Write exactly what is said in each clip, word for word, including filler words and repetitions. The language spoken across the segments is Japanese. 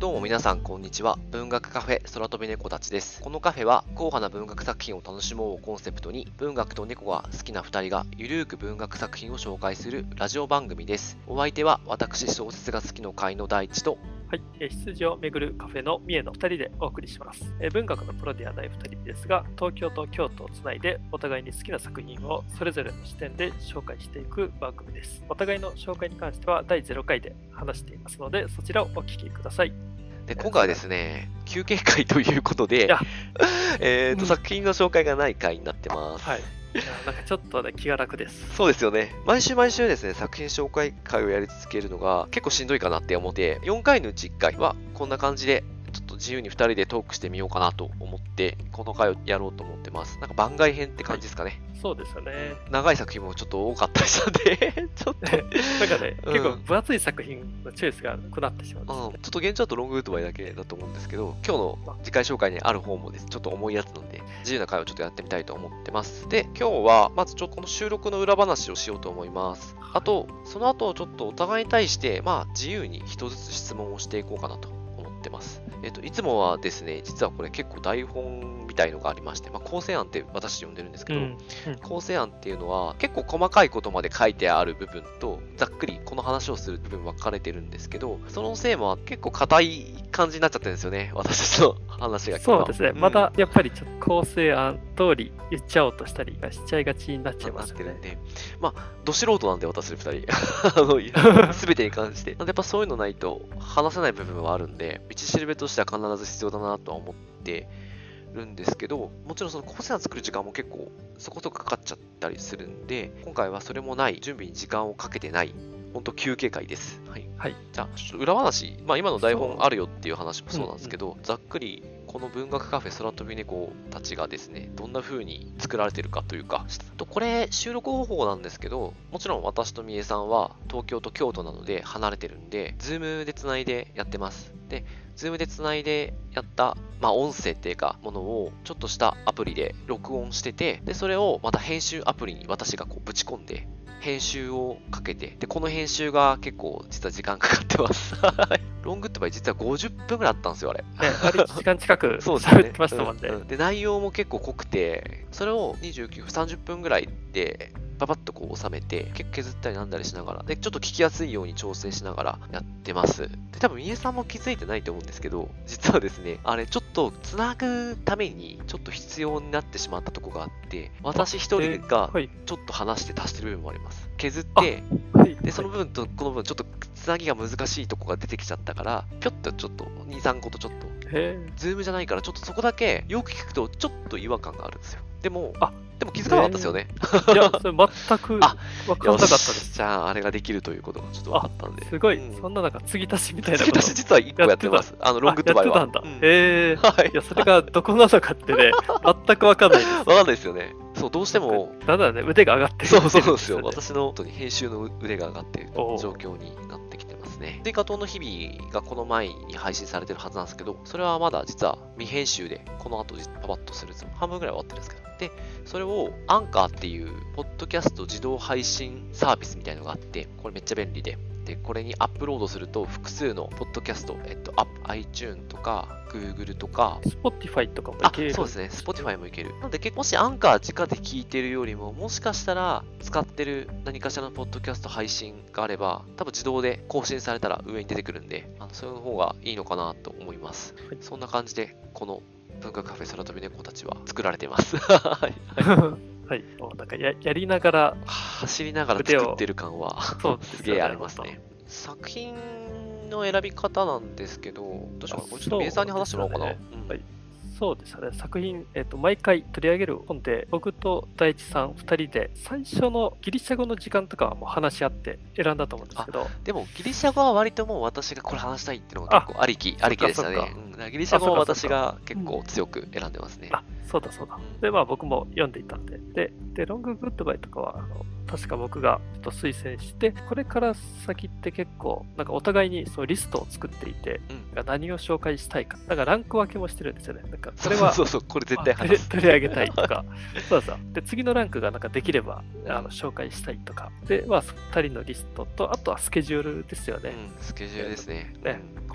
どうも皆さんこんにちは。文学カフェ空飛び猫たちです。このカフェは硬派な文学作品を楽しもうをコンセプトに、文学と猫が好きなふたりがゆるーく文学作品を紹介するラジオ番組です。お相手は私小説が好きの会の大地と、 はい、えー、出自をめぐるカフェの三重のふたりでお送りします。えー文学のプロではないふたりですが、東京と京都をつないでお互いに好きな作品をそれぞれの視点で紹介していく番組です。お互いの紹介に関してはだいゼロかいで話していますので、そちらをお聞きください。 で今回はですね、休憩会ということでいや、 えーと、 うん作品の紹介がない回になってます。 はい。いやなんかちょっとね、気が楽です。 そうですよね。毎週毎週ですね、作品紹介会をやり続けるのが結構しんどいかなって思って、よんかいのうちいっかいはこんな感じで、ちょっと自由にふたりでトークしてみようかなと思って、この回をやろうと思ってます。なんか番外編って感じですかね。 そうですよね。 長い作品もちょっと多かったりしたんで、ちょっと、 なんかね、 うん結構分厚い作品のチョイスがなくなってしまうんですようん、 ね。 ちょっと現状だとロンググッドバイだけだと思うんですけど、今日の次回紹介にある方もです、ちょっと重いやつなんで、自由な回をちょっとやってみたいと思ってます。で、今日は、まずちょっとこの収録の裏話をしようと思います。あと、その後、ちょっとお互いに対して、まあ、自由に一つずつ質問をしていこうかなと思ってます。えっと、いつもはですね、実はこれ結構台本みたいのがありまして、まあ、構成案って私呼んでるんですけど、 うんうん構成案っていうのは結構細かいことまで書いてある部分とざっくりこの話をする部分分かれてるんですけど、そのせいも結構硬い感じになっちゃってるんですよね、私たちの話が。 そうですね、 んまたやっぱりちょっと構成案通り言っちゃおうとしたりしちゃいがちになっちゃいますよね。 なってるんで、まあ、ど素人なんで私ふたり、あの、すべてに関して。なんでやっぱそういうのないと話せない部分はあるんで、道しるべとしては必ず必要だなとは思ってるんですけど、もちろんその構成案作る時間も結構そこそこかかっちゃったりするんで、今回はそれもない、準備に時間をかけてない、本当休憩会です。はい。 はい。 じゃあ、ちょっと裏話、まあ今の台本あるよっていう話もそうなんですけど、ざっくりこの文学カフェ空飛び猫たちがですね、どんな風に作られてるかというか、とこれ収録方法なんですけど、もちろん私とみえさんは東京と京都なので離れてるんで、ズームでつないでやってます。で、ズームでつないでやった、まあ音声っていうか、ものをちょっとしたアプリで録音してて、で、それをまた編集アプリに私がこうぶち込んで、編集をかけて、で、この編集が結構実は時間かかってます。ロングッドバイ実はごじゅっぷんぐらいあったんですよ、あれ。 ね、あれいちじかん近くそうですね喋ってましたもんね。 うんうんで、内容も結構濃くて、それをにじゅうきゅうふん、さんじゅっぷんぐらいで、パパッとこう収めて、結構削ったりなんだりしながら、で、ちょっと聞きやすいように調整しながらやってます。で、多分、みえさんも気づいてないと思うんですけど、実はですね、あれ、ちょっとつなぐために、ちょっと必要になってしまったとこがあって、私一人がはい。 ちょっと話して足してる部分もあります。削って、 はい。 で、その部分とこの部分、ちょっとつなぎが難しいとこが出てきちゃったから、ぴょっとちょっと、に、さんことちょっと、 へズームじゃないから、ちょっとそこだけ、よく聞くと、ちょっと違和感があるんですよ。でも、 あでも気づかなかったですよね。 え。いや、それ全く分あからなかったです。 じゃあ、あれができるということがちょっと分かったんで。 すごい、 うんそんななんか継ぎ足しみたいな次こと私実はいっこやってます。あの、ロングッドバイは。 あやってたんだ。 うんへえ。 はいいや、それがどこなのかってね、全く分かんないです。 わかんないですよね。そう、どうしても、 だんだんね、腕が上がってる。 そうそうですよ。 ね私の本当に編集の腕が上がっているおう状況になってきてますね。追加島の日々がこの前に配信されてるはずなんですけど、それはまだ実は未編集で、この後パパッとするつもり半分ぐらい終わってるんですけど。で、それをアンカーっていう、ポッドキャスト自動配信サービスみたいのがあって、これめっちゃ便利で。で、これにアップロードすると、複数のポッドキャスト、えっと、iTunes とか、Google とか、 Spotify とかもいあける。 そうですね、Spotify もいける。なので、結構もしアンカー直で聞いてるよりも、もしかしたら使ってる何かしらのポッドキャスト配信があれば、多分自動で更新されたら上に出てくるんで、あのそれの方がいいのかなと思います。 はいそんな感じで、この文学カフェ空飛び猫たちは作られています。はいはい。もうなんかややりながら、 走りながら作ってる感はそうですよねすげえありますね。作品の選び方なんですけど、どうしようかな。これちょっと皆さんに話してもらおうかな。 そうですよねうんはいそうですね、作品、えっと毎回取り上げる本で、僕と大地さんふたりで、最初のギリシャ語の時間とかはもう話し合って選んだと思うんですけど、 でもギリシャ語は割ともう私がこれ話したいっていうのが結構ありき、ありきでしたね。 そっかうんだからギリシャ語はあそっかそっか私が結構強く選んでますね。 あそうだそうだうん。 で、まあ僕も読んでいたんで、で、でロンググッドバイとかは、あの確か僕がちょっと推薦して、これから先って結構、なんかお互いにそうリストを作っていて、 うんなんか何を紹介したいか、なんかランク分けもしてるんですよね。なんかこそうれはそうそう、これ絶対あ取話す。 り取り上げたいとか、そうそう。で、次のランクがなんかできればあの紹介したいとか、で、まあ、ふたりのリストと、あとはスケジュールですよね。 うん、スケジュールですね。 ねうん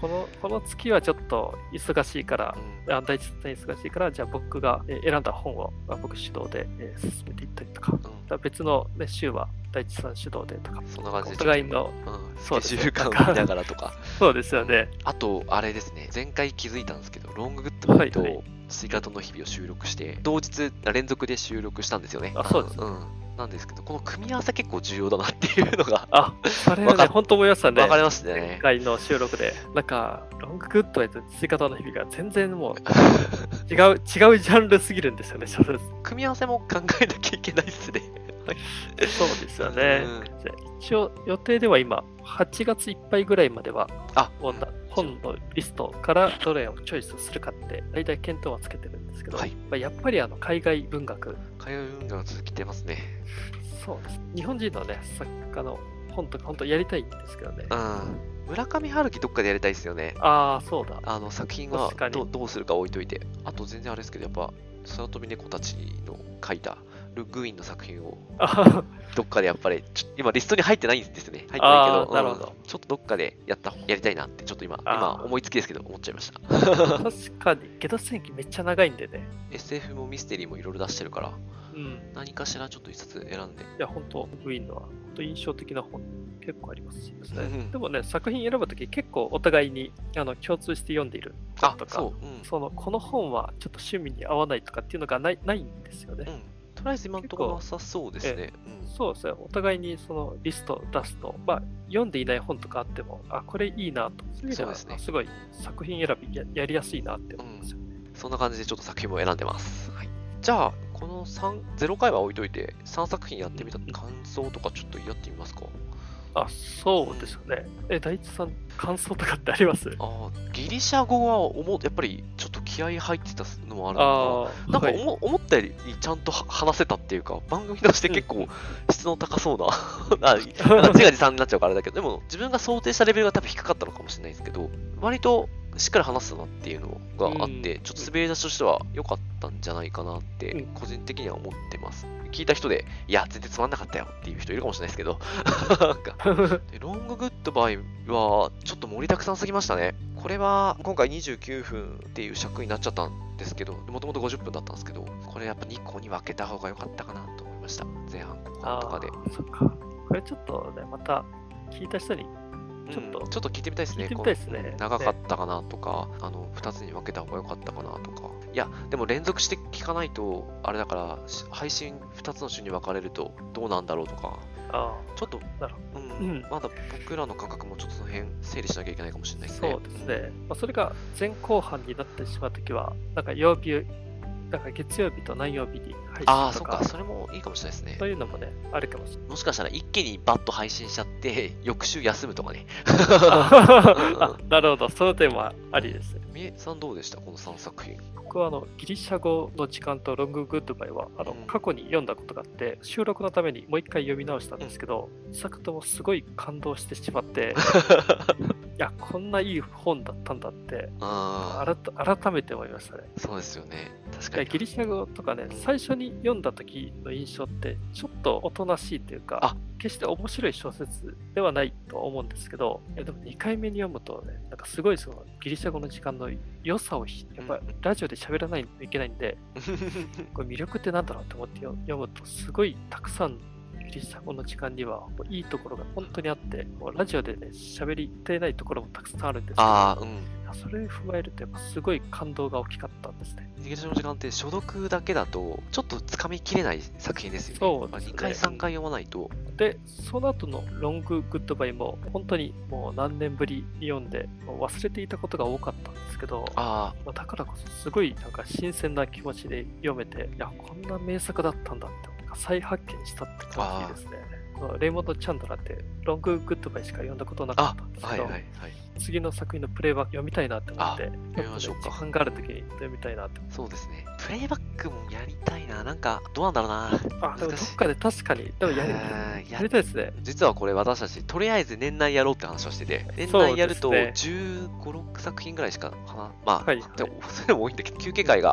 このこの月はちょっと忙しいから、 うん、 あ大地さん忙しいから、じゃあ僕がえー選んだ本をあ僕主導で、えー進めていったりとか、 うん、 だから別の、ね、週は大地さん主導でとか、 そんな感じでお互いの、 うん、スそうですねケジュール感を見ながらとか。 そうですよね。 あと、あれですね、前回気づいたんですけど、ロンググッドバイはいはとスイカとの日々を収録して、同日連続で収録したんですよね。 あそうですうん。なんですけど、この組み合わせ結構重要だなっていうのがあ、それはね、 わかっ本当思いましたね。 わかりました前ね。 回の収録で。なんか、ロンググッドバイと追加との日々が全然もう違う、違うジャンルすぎるんですよね、小説。 組み合わせも考えなきゃいけないですね。 そうですよね。 うんじゃあ一応、予定では今、はちがついっぱいぐらいまでは、 あ、 もうな本のリストからどれをチョイスするかって、大体検討はつけてるんですけど、 はいまあやっぱりあの海外文学、 海外運動が続きてますね。 そうです。日本人のね、作家の本とか本当やりたいんですけどね。 うん。村上春樹どっかでやりたいですよね。 ああ、そうだ。 あの作品は確かにどどうするか置いといて。あと全然あれですけど、やっぱ、空飛び猫たちの書いたルッグウィンの作品をあどっかでやっぱり、ちょ今リストに入ってないんですよね。入ってないけあど、 ーなるほどうんちょっとどっかでやったやりたいなって、ちょっと今、 あー今思いつきですけど、思っちゃいました。 確かに、ゲド戦記めっちゃ長いんでね。 エスエフ もミステリーもいろいろ出してるから、 うん。 何かしらちょっと一冊選んで。 いや、本当ウィンのは本当印象的な本結構ありますしですね。 うんでもね、作品選ぶとき結構お互いにあの共通して読んでいるあ本と、か、 そう、うん。 そのこの本はちょっと趣味に合わないとかっていうのがないないんですよね。 うん。とりあえず今のところなさそうですね。うんそうですね、お互いにそのリストを出すと、まあ、読んでいない本とかあっても、あ、これいいなと、そういう意味ではそうですねすごい作品選びややりやすいなって思いますよね。 そんな感じでちょっと作品も選んでます。はい、じゃあ、このさん、ゼロ回は置いといて、さん作品やってみた感想とかちょっとやってみますか。 あ、そうですよね。え、大地さん、感想とかってありますあーギリシャ語は思うやっぱりちょっと気合い入ってたのもあるのあかな。なんかはい思,、思ったよりちゃんとは話せたっていうか、番組として結構質の高そうな、あ自画自賛になっちゃうからあれだけど、でも自分が想定したレベルが多分低かったのかもしれないですけど、割としっかり話すなっていうのがあって、 うんちょっと滑り出しとしては良かったんじゃないかなってうん、 個人的には思ってます。聞いた人で、いや、全然つまんなかったよっていう人いるかもしれないですけど、なんかでロンググッドバイはちょっと盛りだくさんすぎましたね。これは今回にじゅうきゅうふんっていう尺になっちゃったんですけど、もともとごじゅっぷんだったんですけど、これやっぱにこに分けた方が良かったかなと思いました。前半後半とかで。 あーそっか。これちょっとね、また聞いた人に、ちょっとうんちょっと聞いてみたいですね。 聞いてみたいですねこの長かったかなとか、あのふたつに分けた方が良かったかなとか。いや、でも連続して聞かないと、あれだから、し配信ふたつの週に分かれるとどうなんだろうとか、 あちょっと、 なるうんうんまだ僕らの感覚もちょっとその辺整理しなきゃいけないかもしれないですね。 そうですね。まあ、それが前後半になってしまうときは、なんか曜日、なんか月曜日と何曜日に配ああ、 信とかそっか、、それもいいかもしれないですねそう。いうのもね、あるかもしれない。 もしかしたら一気にバッと配信しちゃって、翌週休むとかね。 あなるほど、その点はありですね。 みえさんどうでしたこのさん作品。 僕はあのギリシャ語の時間とロンググッドバイはあのうん過去に読んだことがあって、収録のためにもう一回読み直したんですけど、にさくともすごい感動してしまって、いや、こんないい本だったんだって、 あ改改めて思いましたね。 あ、そうですよね。確いかに。 やギリシャ語とかね、最初に読んだ時の印象って、ちょっとおとなしいというかあ、 決して面白い小説ではないと思うんですけど、いやでもにかいめに読むとね、なんかすごいそのギリシャ語の時間の良さをひ、やっぱうんラジオで喋らないといけないんで、これ魅力ってなんだろうと思って読読むと、すごいたくさんギリシャ語の時間にはもういいところが本当にあって、もうラジオでね、喋りてないところもたくさんあるんですけど、 ああ、うん。 それを踏まえると、やっぱすごい感動が大きかったんですね。 逃げの時間って所読だけだと、ちょっとつかみきれない作品ですよね。 そうですねにかい、さんかい読まないと。 で、その後のロンググッドバイも、本当にもう何年ぶりに読んで、もう忘れていたことが多かったんですけど、 あまあだからこそすごいなんか新鮮な気持ちで読めて、いや、こんな名作だったんだって、なんか再発見したって感じですね。このレイモンド・チャンドラーってロンググッドバイしか読んだことなかあ、 ったんですあ、 けど、 はいはいはい。 次の作品のプレイバック読みたいなって思って、 読みましょうかちょっとね時間があるときに読みたいなって。 そうですね。プレイバックもやりたいな。なんか、どうなんだろうな。 あ、でもど難しいっかで確かに、でもやりあーやりたいですね。 実はこれ私たち、とりあえず年内やろうって話をしてて、年そう内やるとですねじゅうご、ろくさく品ぐらいしか話、まあ、 はいはいでもそれでも多いんだけど、休憩会がいっ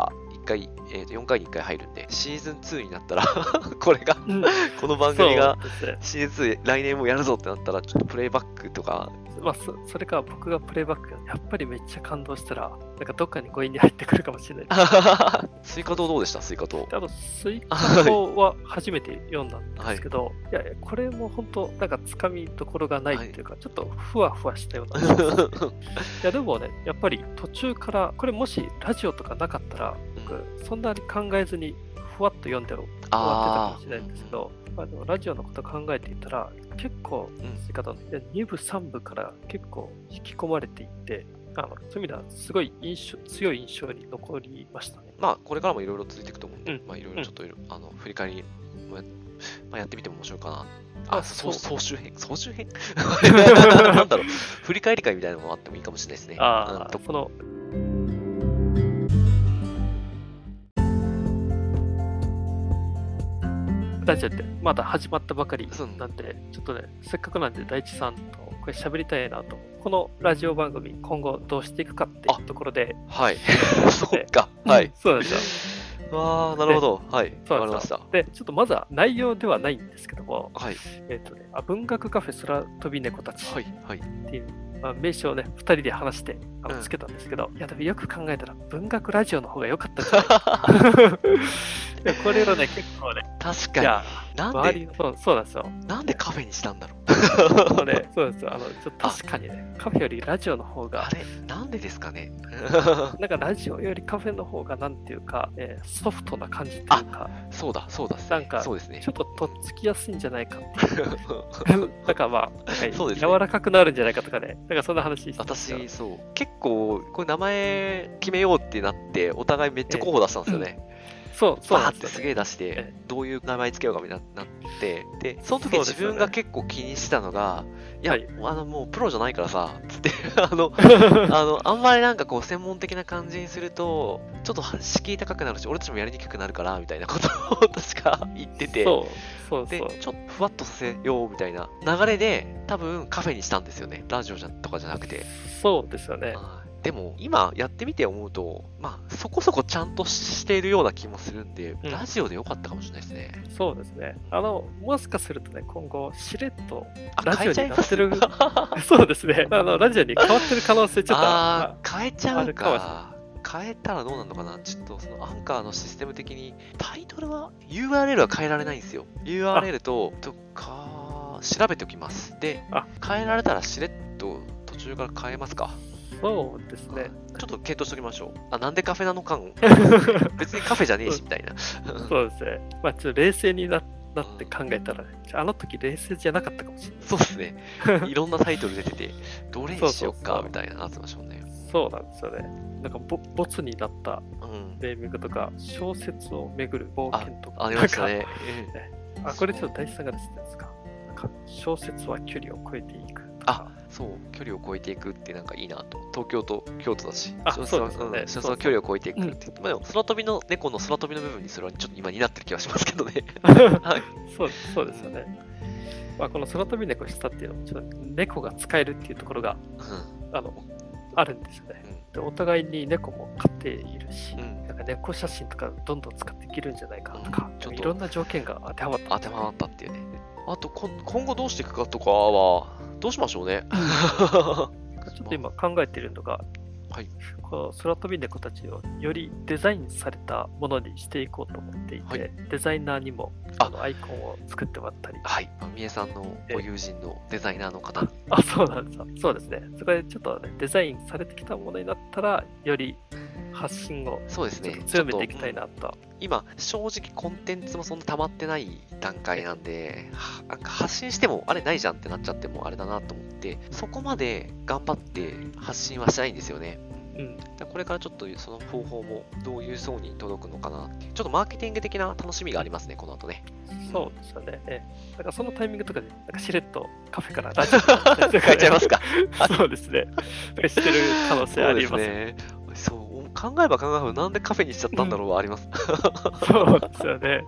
回、えー、とよんかいにいっかい入るんで、シーズンツーになったらこれが、 うん、 この番組がそうですね。 シーズンツー来年もやるぞってなったら、ちょっとプレイバックとか、 まあ、そそれか僕がプレイバックやっぱりめっちゃ感動したら、なんかどっかに強引に入ってくるかもしれないです。 スイカ島どうでした？スイカ島。 多分スイカ島は初めて読んだんですけど、はい、いやいや、これも本当、なんかつかみどころがないっていうか、はい、ちょっとふわふわしたような気がする。いや、でもね、やっぱり途中から、これもしラジオとかなかったら、僕、うん、そんなに考えずに、ふわっと読んで終わってたかもしれないんですけど、あのラジオのこと考えていたら、結構、スイカ島のにぶさんぶから結構引き込まれていって、あのそういう意味ではすごい印象強い印象に残りましたね。 まあ、これからもいろいろ続いていくと思うんで、 うん、 まあ、いろいろちょっと、うん、あの振り返り、まあ、やってみても面白いかな。あ、総集編総集編なんだろう、振り返り会みたいなのもあってもいいかもしれないですね。 ああ、そのラジオってまだ始まったばかりなんで、ちょっとね、せっかくなんで大地さんとこれ喋りたいなと。このラジオ番組、今後どうしていくかっていうところで。 はい。そっか。はい。 そうなんですよ。ああ、なるほど。はい。わかりました。 で、ちょっとまずは内容ではないんですけども、 はい。 えっとね、あ文学カフェ空飛び猫たちはい。はい。 っていう、まあ、名称をね、ふたりで話してあのつけたんですけど、うん、いや、でもよく考えたら文学ラジオの方が良かったんじゃないいやこれはね、結構ね、 確かに。なんでそう、そうなんですよ。 なんでカフェにしたんだろうね、そうですよ。あの、ちょっと確かにね、カフェよりラジオの方が。 あれなんでですかねなんかラジオよりカフェの方がなんていうか、えー、ソフトな感じっていうか。 そうだ、そうだ、ね。 なんか、 そうですね、 ちょっととっつきやすいんじゃないかっていう。なんかまあ、そうですね、柔らかくなるんじゃないかとかね。なんかそんな話してた。 私、そう。結構、これ名前決めようってなって、お互いめっちゃ候補出したんですよね。えーうんそう、そうバーってすげえ出して、どういう名前つけようかみたいになって、で、その時自分が結構気にしたのが、いや、あの、もうプロじゃないからさ、つって、あの、あの、あんまりなんかこう、専門的な感じにすると、ちょっと敷居高くなるし、俺たちもやりにくくなるから、みたいなことを確か言ってて、 そう、そうそう。 で、ちょっとふわっとさせようみたいな流れで、多分カフェにしたんですよね。ラジオじゃとかじゃなくて。 そうですよね。 でも今やってみて思うと、まあそこそこちゃんとしているような気もするんで、うん、ラジオでよかったかもしれないですね。 そうですね。あの、もしかするとね、今後、しれっとラジオになってる、そうですね。あの、ラジオに変わってる可能性ちょっとああ、変えちゃうか。変えたらどうなるのかなちょっとそのアンカーのシステム的に、タイトルは ユーアールエル は変えられないんですよ。ユーアールエル と、とか、調べておきます。で、変えられたらしれっと途中から変えますか。 そうですね。 ちょっと検討しておきましょう。あ、なんでカフェなのかん別にカフェじゃねえし、みたいな。 そうですね。まあ、ちょっと冷静にななって考えたら、ね、あの時冷静じゃなかったかもしれない。 そうですね。いろんなタイトル出てて、どれにしようか、みたいななってましょうね。 そうなんですよね。なんかボ、ボツになったネーミングとか、小説を巡る冒険とか。 あ、ありましたね。 あ、これちょっと大地さんがですね、なんか小説は距離を超えていく。 あ、そう、距離を超えていくってなんかいいなと。東京と京都だし、 あ、そうですよね。 その距離を超えていくって。まあでも、空飛びの猫の空飛びの部分にそれはちょっと今になってる気がしますけどね。 はい。そう、そうですよね。まあ、この空飛び猫したっていうのも、ちょっと猫が使えるっていうところが、うん、あの、あるんですよね。うん、でお互いに猫も飼っているし、うん、なんか猫写真とかどんどん使っていけるんじゃないかとか、うん、ちょっといろんな条件が当てはまった、 当てはまったっていうね。あと今後どうしていくかとかはどうしましょうね。 ちょっと今考えているのが、はい、この空飛び猫たちをよりデザインされたものにしていこうと思っていて、はい、デザイナーにもあのアイコンを作ってもらったり。 はい、みえさんのご友人のデザイナーの方。 あ、そうなんですよ。そうですね。そこでちょっと、ね、デザインされてきたものになったら、より発信を強めていきたいなと。 今、正直コンテンツもそんな溜まってない段階なんで、なんか発信してもあれないじゃんってなっちゃってもあれだなと思って、そこまで頑張って発信はしないんですよね。うん、これからちょっとその方法もどういう層に届くのかなっていう、ちょっとマーケティング的な楽しみがありますね、この後ね。 そうですよね。えだからそのタイミングとかで、なんかしれっとカフェからラジオに変えちゃいますか。 そうですね。してる可能性ありますね。 そう、考えば考えるほどなんでカフェにしちゃったんだろうはあります。 そうですよね。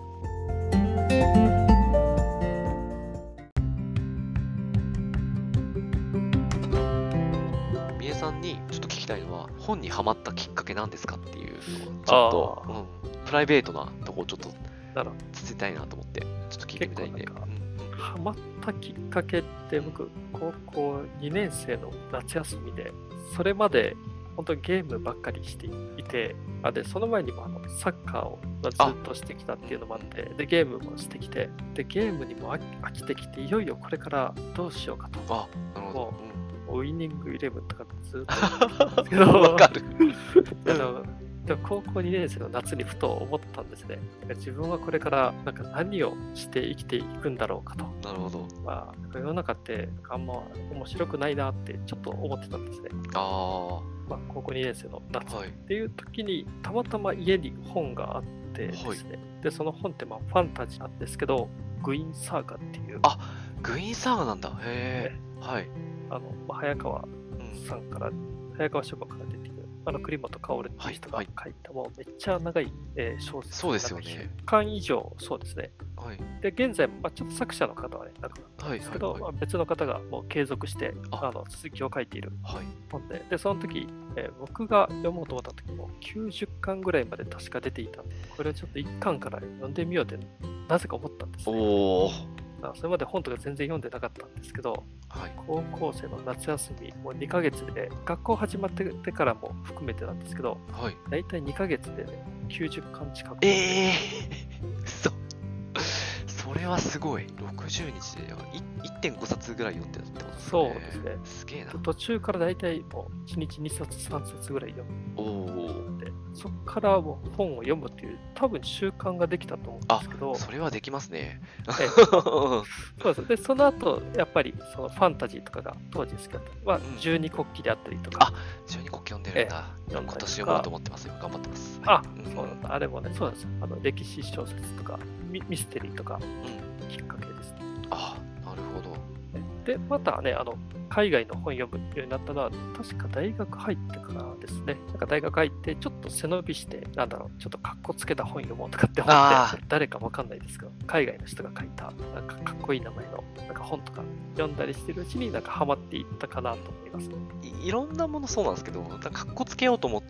さんにちょっと聞きたいのは、本にハマったきっかけなんですかっていうのをちょっと、うん、プライベートなとこをちょっとつついたいなと思ってちょっと聞いてみたいんで。 ハマったきっかけって僕高校にねん生の夏休みで、それまで本当にゲームばっかりしていて、あでその前にもあのサッカーをずっとしてきたっていうのもあって、でゲームもしてきて、でゲームにも飽き飽きてきて、いよいよこれからどうしようかと。 あ、なるほど。 もうウイニングイレブンとかずっとやってたんですけど、 わかる。 あのでも高校にねん生の夏にふと思ったんですね。自分はこれからなんか何をして生きていくんだろうかと。 なるほど。 まあ、世の中ってあんま面白くないなってちょっと思ってたんですね。 あまあ、高校にねん生の夏っていう時に、たまたま家に本があってですね。はい、で、その本ってまあファンタジーなんですけど、グイーンサーガっていう。 あ、グイーンサーガなんだ。へえ。ね、はい。 あの、まあ、早川さんから、うん、早川書房から出てあの栗本薫っていう人が書いた、もうめっちゃ長い、えー、小説。 そうですよね。 ひゃっかん以上、そうですね。 はい、 で、現在、まあ、ちょっと作者の方はね、亡くなったんですけど、はいはいはい、まあ、別の方がもう継続してあの続きを書いている本で、はい、で、その時、えー、僕が読もうと思った時もきゅうじゅっかんぐらいまで確か出ていたんで、これをちょっといっかんから読んでみようってなぜか思ったんですね。 おー。 それまで本とか全然読んでなかったんですけど、はい、高校生の夏休み、もうにかげつで、学校始まってからも含めてなんですけど、はい、大体にかげつで、ね、きゅうじゅっかん近く。 えー、そそれはすごい。ろくじゅうにちで いってんごさつぐらい読んでたってことですね。 そうですね。 すげえな。 途中から大体もういちにちにさつ、さんさつぐらい読む。 おー。 そこからもう本を読むっていう多分習慣ができたと思うんですけど、 あ、それはできますね。 ええ、そうです。で、その後やっぱりそのファンタジーとかが当時好きだったは、うん、十二国旗であったりとか、 あ、十二国旗読んでるんだ。ええ、今年読もうと思ってますよ。頑張ってます。 あ、はい、そうなんだ。あれもね、そうなんですよ。あの歴史小説とかミ、ミステリーとか、うん、きっかけですね。 あ、なるほど。 で、またね、あの海外の本読むようになったのは、確か大学入ってからですね。なんか大学入って、ちょっと背伸びして、なんだろう、ちょっとかっこつけた本読もうとかって思って、誰かわかんないですけど、海外の人が書いた、なんかかっこいい名前のなんか本とか読んだりしてるうちに、なんかハマっていったかなと思います。 い, いろんなものそうなんですけど、かっこつけようと思って、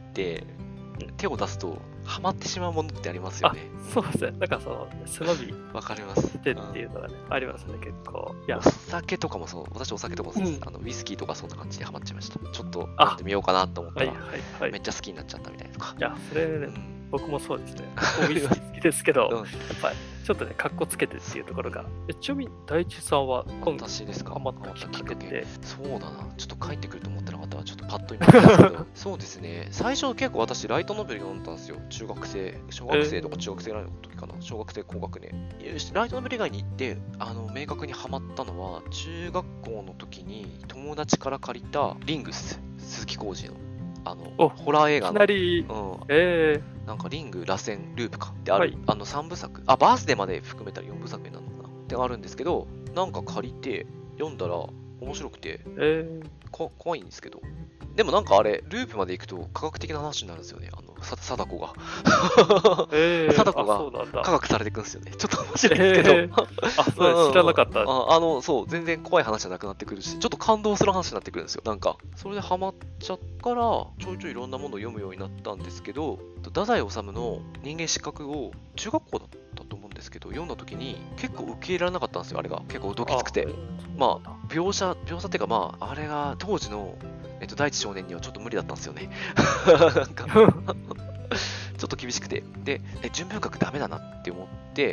手を出すと、ハマってしまうものってありますよね。 そうですね。なんかその、背伸びわかります。 してっていうのがね、ありますね、結構。 いや、お酒とかもそう、私お酒とかもそうです、うん、あのウイスキーとかそんな感じでハマっちゃいました。ちょっとやってみようかなと思ったら、はいはいはい、めっちゃ好きになっちゃったみたいなとか。 いや、それね、うん、僕もそうですね。ウイスキー好きですけど、うん、やっぱりちょっとね、かっこつけてっていうところが。ちなみに、大地さんは今度、 私ですか、 ハマったきっかけで。 そうだな、ちょっと帰ってくると思ってなかったら、ちょっとパッと今ですけど、そうですね、最初結構私、ライトノベル読んだんですよ。中学生、小学生とか中学生ぐらいの時かな、小学生高学年。ライトノベル以外に行って、あの、明確にハマったのは、中学校の時に友達から借りたリングス、鈴木浩二の。あのホラー映画のいきなり、うん、えー、なんかリング、螺旋、ループかってある、はい、あのさんぶさく、あ、バースデーまで含めたらよんぶさくになるのかなってあるんですけど、なんか借りて読んだら面白くて、 えー、 こ怖いんですけど、でもなんかあれ、ループまで行くと科学的な話になるんですよね、あの貞子が。 えー、 貞子が科学されていくんですよね。ちょっと面白いですけど。えー、 あ、それ知らなかった。 あ, あの、そう、全然怖い話じゃなくなってくるし、ちょっと感動する話になってくるんですよ。なんか、それでハマっちゃったから、ちょいちょいいろんなものを読むようになったんですけど、太宰治の人間失格を中学校だったと思うんですけど、読んだ時に結構受け入れられなかったんですよ、あれが。結構どきつくて。まあ、描写、描写っていうかまあ、あれが当時の、えっと、第一少年にはちょっと無理だったんですよね。なんかちょっと厳しくて。で、え純文学ダメだなって思って、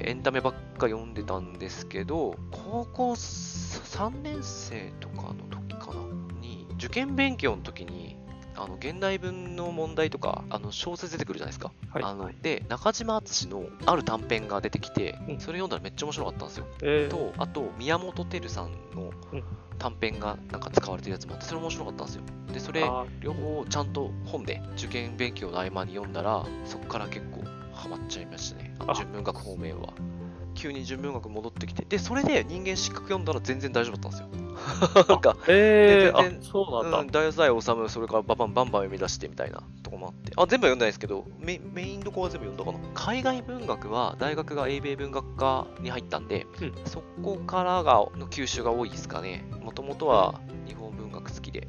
エンタメばっか読んでたんですけど、高校さんねん生とかの時かなに、受験勉強の時に、あの現代文の問題とかあの小説出てくるじゃないですか、はい、あので中島敦のある短編が出てきて、うん、それ読んだらめっちゃ面白かったんですよ、えー、とあと宮本照さんの短編がなんか使われてるやつもあってそれ面白かったんですよ。でそれ両方ちゃんと本で受験勉強の合間に読んだらそこから結構ハマっちゃいましたね、あの純文学方面は。急に純文学戻ってきて、でそれで人間失格読んだら全然大丈夫だったんですよ。なんか、 えー、 全然、 そうなんだ。 太宰治、それからバンバンバンバン読み出してみたいなとこもあって、あ、全部は読んでないですけど、メメインどこは全部読んだかな。海外文学は大学が英米文学科に入ったんで、うん、そこからがの吸収が多いですかね。もともとは日本文学好きで、な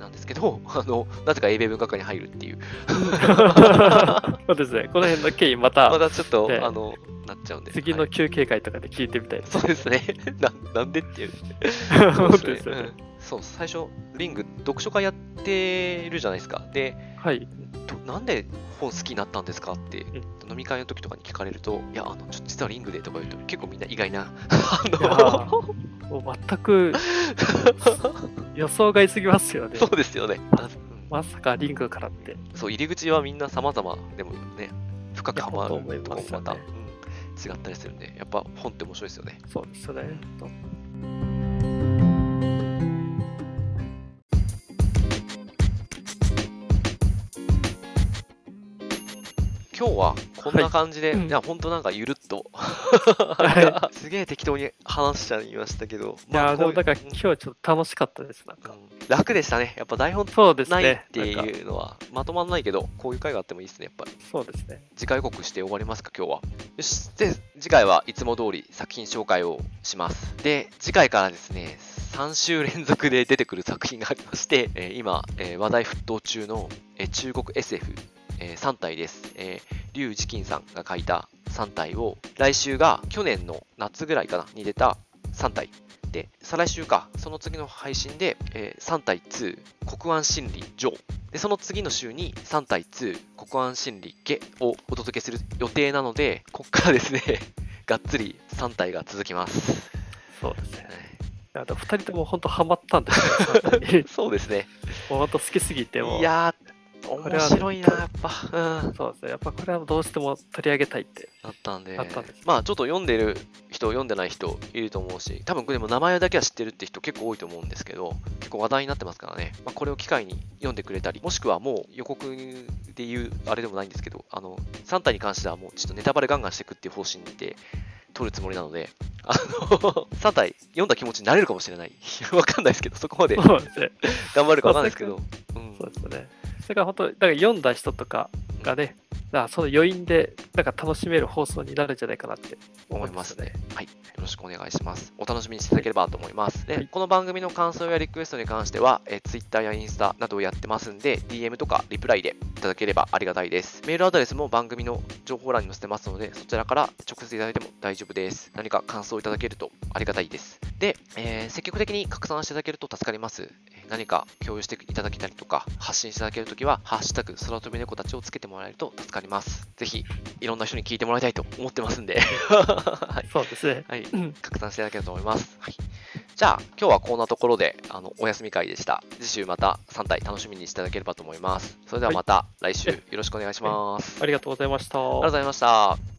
なんですけど、あの、なぜか英米文化科に入るっていう。 そうですね。この辺の経緯また、 またちょっと、 ね、 あの、なっちゃうんで。 次の休憩会とかで聞いてみたいです。 そうですね。ななんでっていう。 そうですね。 うん、そう、最初、リング、読書会やってるじゃないですか。で、 はい、 なんで本好きになったんですかって、 うん、 飲み会の時とかに聞かれると、いや、あの、ちょっと実はリングでとか言うと、結構みんな意外な。あのもう全く予想外すぎますよね。 そうですよね。 まさかリングからって。 そう、入り口はみんな様々でもね、深くはまるとこもまた、 ね、 うん、違ったりするんで、やっぱ本って面白いですよね。 そうですよね。 今日はこんな感じで、はい、いや、本当なんかゆるっと、はい、すげえ適当に話しちゃいましたけど、 いや、まあ、でもなんか今日はちょっと楽しかったです。なんか、うん、 楽でしたね。やっぱ台本ないっていうのは、まとまんないけど、こういう回があってもいいですね、やっぱり。 そうですね。 次回予告して終わりますか、今日は。よし、で、次回はいつも通り作品紹介をします。で、次回からですね、さん週連続で出てくる作品がありまして、えー、今、えー、話題沸騰中の、えー、中国 エスエフ、えー、さん体です。えー、劉慈欣さんが書いたさん体を、来週が去年の夏ぐらいかなに出たさん体。で、再来週か、その次の配信で、えー、さん体に、国安心理上。で、その次の週にさん体に、国安心理下をお届けする予定なので、こっからですね、がっつりさん体が続きます。 そうですね。はい、ふたりとも本当ハマったんですね。 そうですね。 もう本当好きすぎても。 いやー、面白いな、やっぱ。 うん、そうですね。やっぱこれはどうしても取り上げたいってなったんで、 なったんです。 まあちょっと読んでる人、読んでない人いると思うし、多分でも名前だけは知ってるって人結構多いと思うんですけど、結構話題になってますからね。まあ、これを機会に読んでくれたり、もしくはもう予告で言うあれでもないんですけど、あのさん体に関してはもうちょっとネタバレガンガンしていくっていう方針で撮るつもりなので、あのさん体読んだ気持ちになれるかもしれない。わかんないですけど、そこまで頑張るかわかんないですけど。 うん、そうですね。それから本当、だから読んだ人とかがね、だからその余韻でなんか楽しめる放送になるんじゃないかなって思いますね。はい。よろしくお願いします。お楽しみにしていただければと思います。で、はい、この番組の感想やリクエストに関しては、え Twitter やインスタなどをやってますんで、ディーエム とかリプライでいただければありがたいです。メールアドレスも番組の情報欄に載せてますので、そちらから直接いただいても大丈夫です。何か感想をいただけるとありがたいです。で、えー、積極的に拡散していただけると助かります。何か共有していただけたりとか、発信していただけるときは、ハッシュタグ空飛び猫たちをつけてもらえると助かります。ぜひ、いろんな人に聞いてもらいたいと思ってますんで、 はい、そうですね。 はい、拡散していただけると思います。はい、じゃあ、今日はこんなところで、あの、お休み会でした。次週またさん体楽しみにしていただければと思います。それではまた来週よろしくお願いします。 はい、ありがとうございました。ありがとうございました。